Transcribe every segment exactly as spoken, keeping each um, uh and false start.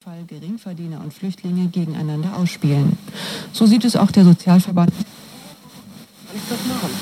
Fall Geringverdiener und Flüchtlinge gegeneinander ausspielen. So sieht es auch der Sozialverband. Kann ich das machen?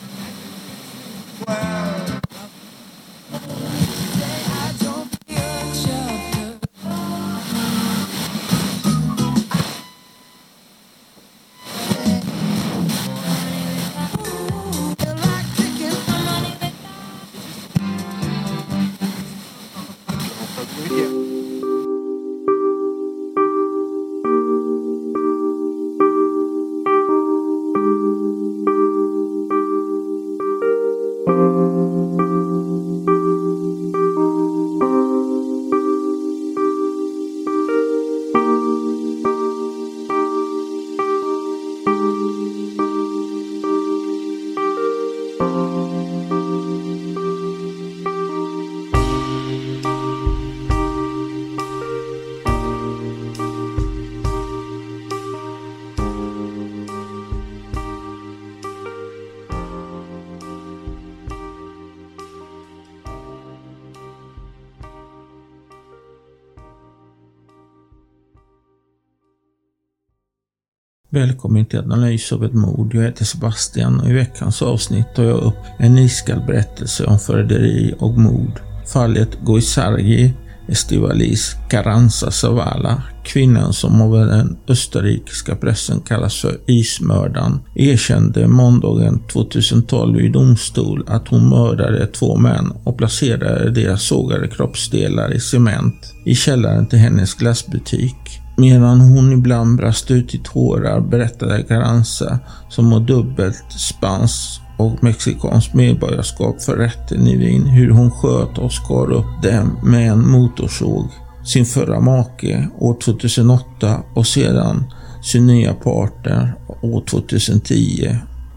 Välkommen till analys av ett mord. Jag heter Sebastian och i veckans avsnitt tar jag upp en iskall berättelse om förräderi och mord. Fallet Goisargi Estivalis Carranza Zavala, kvinnan som av den österrikiska pressen kallas för ismördaren, erkände måndagen tjugohundratolv i domstol att hon mördade två män och placerade deras sågade kroppsdelar i cement i källaren till hennes glassbutik. Medan hon ibland brast ut i tårar berättade Carranza, som har dubbelt spanskt och mexikansk medborgarskap, för rätten i Wien hur hon sköt och skar upp dem med en motorsåg, sin förra make år tjugohundraåtta och sedan sin nya partner år tjugohundratio.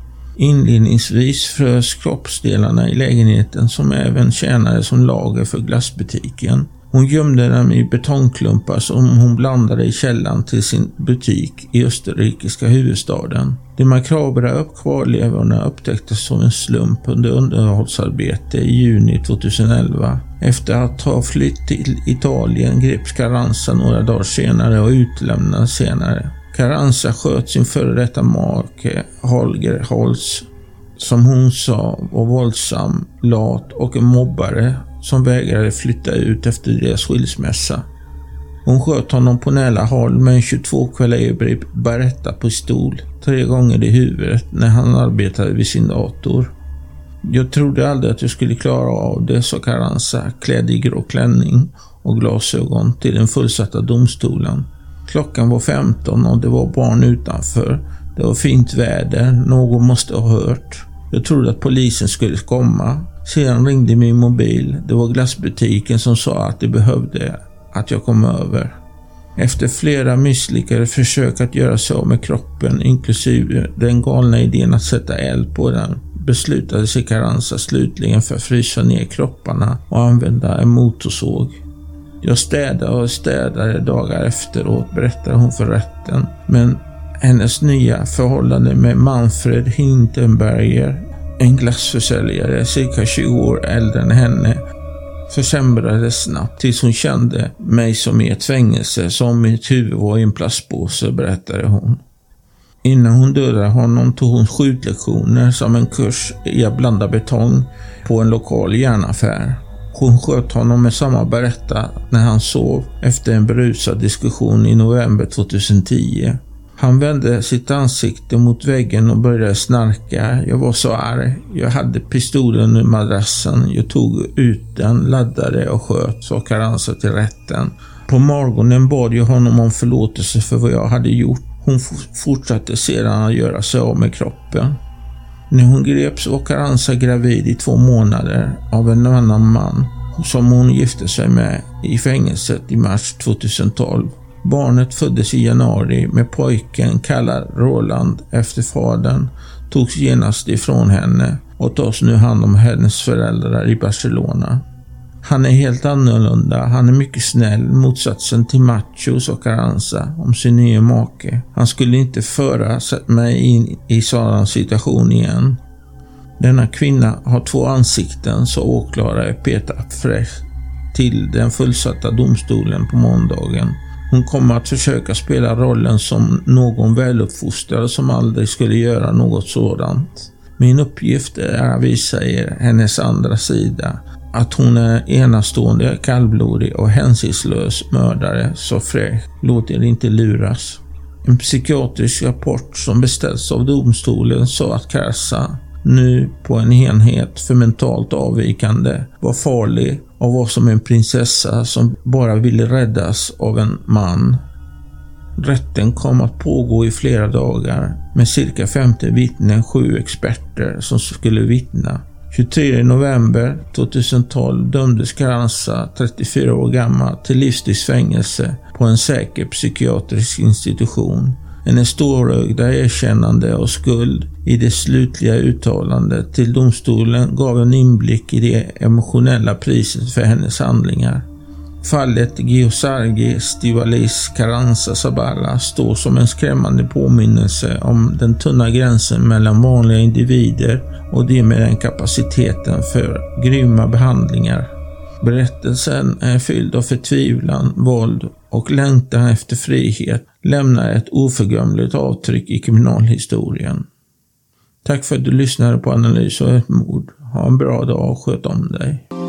Inledningsvis frös kroppsdelarna i lägenheten som även tjänade som lager för glassbutiken. Hon gömde dem i betongklumpar som hon blandade i källan till sin butik i österrikiska huvudstaden. De makabra uppkvarlevorna upptäcktes som en slump under underhållsarbete i juni tjugohundraelva. Efter att ha flytt till Italien greps Carranza några dagar senare och utlämnades senare. Carranza sköt sin före detta make Holger Holz, som hon sa var våldsam, lat och en mobbare som vägrade flytta ut efter deras skilsmässa. Hon sköt honom på nära håll med en tjugotvå kaliber Beretta-pistol tre gånger i huvudet när han arbetade vid sin dator. Jag trodde aldrig att jag skulle klara av det, sa Carranza, klädd i grå klänning och glasögon till den fullsatta domstolen. Klockan var femton och det var barn utanför. Det var fint väder, någon måste ha hört. Jag trodde att polisen skulle komma. Sedan ringde min mobil. Det var glassbutiken som sa att det behövde att jag kom över. Efter flera misslyckade försök att göra sig av med kroppen, inklusive den galna idén att sätta eld på den, beslutade sig Carranza slutligen för att frysa ner kropparna och använda en motorsåg. Jag städade och städade dagar efteråt, berättade hon för rätten. Men hennes nya förhållande med Manfred Hindenberger, en glassförsäljare cirka tjugo år äldre än henne, försämrades snabbt tills hon kände mig som i ett fängelse, som mitt huvud var i en plastpåse, berättade hon. Innan hon dödade honom tog hon skjutlektioner som en kurs i att blanda betong på en lokal järnaffär. Hon sköt honom med samma Beretta när han sov efter en berusad diskussion i november tjugohundratio. Han vände sitt ansikte mot väggen och började snarka. Jag var så arg. Jag hade pistolen i madrassen. Jag tog ut den, laddade och sköt, sa Carranza till rätten. På morgonen bad jag honom om förlåtelse för vad jag hade gjort. Hon fortsatte sedan att göra sig av med kroppen. När hon greps var Carranza gravid i två månader av en annan man som hon gifte sig med i fängelset i mars tjugohundratolv. Barnet föddes i januari med pojken kallad Roland efter fadern, togs genast ifrån henne och tas nu hand om hennes föräldrar i Barcelona. Han är helt annorlunda, han är mycket snäll, motsatsen till macho, sa Carranza om sin nya make. Han skulle inte föra mig in i sådan situation igen. Denna kvinna har två ansikten, sa åklagare Peter Frech till den fullsatta domstolen på måndagen. Hon kommer att försöka spela rollen som någon väluppfostrad som aldrig skulle göra något sådant. Min uppgift är att visa er hennes andra sida. Att hon är enastående, kallblodig och hänsynslös mördare, så fräck. Låt er inte luras. En psykiatrisk rapport som beställts av domstolen sa att Karsa, nu på en enhet för mentalt avvikande, var farlig och var som en prinsessa som bara ville räddas av en man. Rätten kom att pågå i flera dagar med cirka femtio vittnen, sju experter som skulle vittna. tjugotredje november tjugotolv dömdes Carranza, trettiofyra år gammal, till livstidsfängelse på en säker psykiatrisk institution. Hennes storögda erkännande och skuld i det slutliga uttalandet till domstolen gav en inblick i det emotionella priset för hennes handlingar. Fallet Georgi Stivalis Carranza Zabala står som en skrämmande påminnelse om den tunna gränsen mellan vanliga individer och de med den kapaciteten för grymma behandlingar. Berättelsen är fylld av förtvivlan, våld och längtan efter frihet, lämnar ett oförglömligt avtryck i kriminalhistorien. Tack för att du lyssnade på Analys av ett mord. Ha en bra dag och sköt om dig.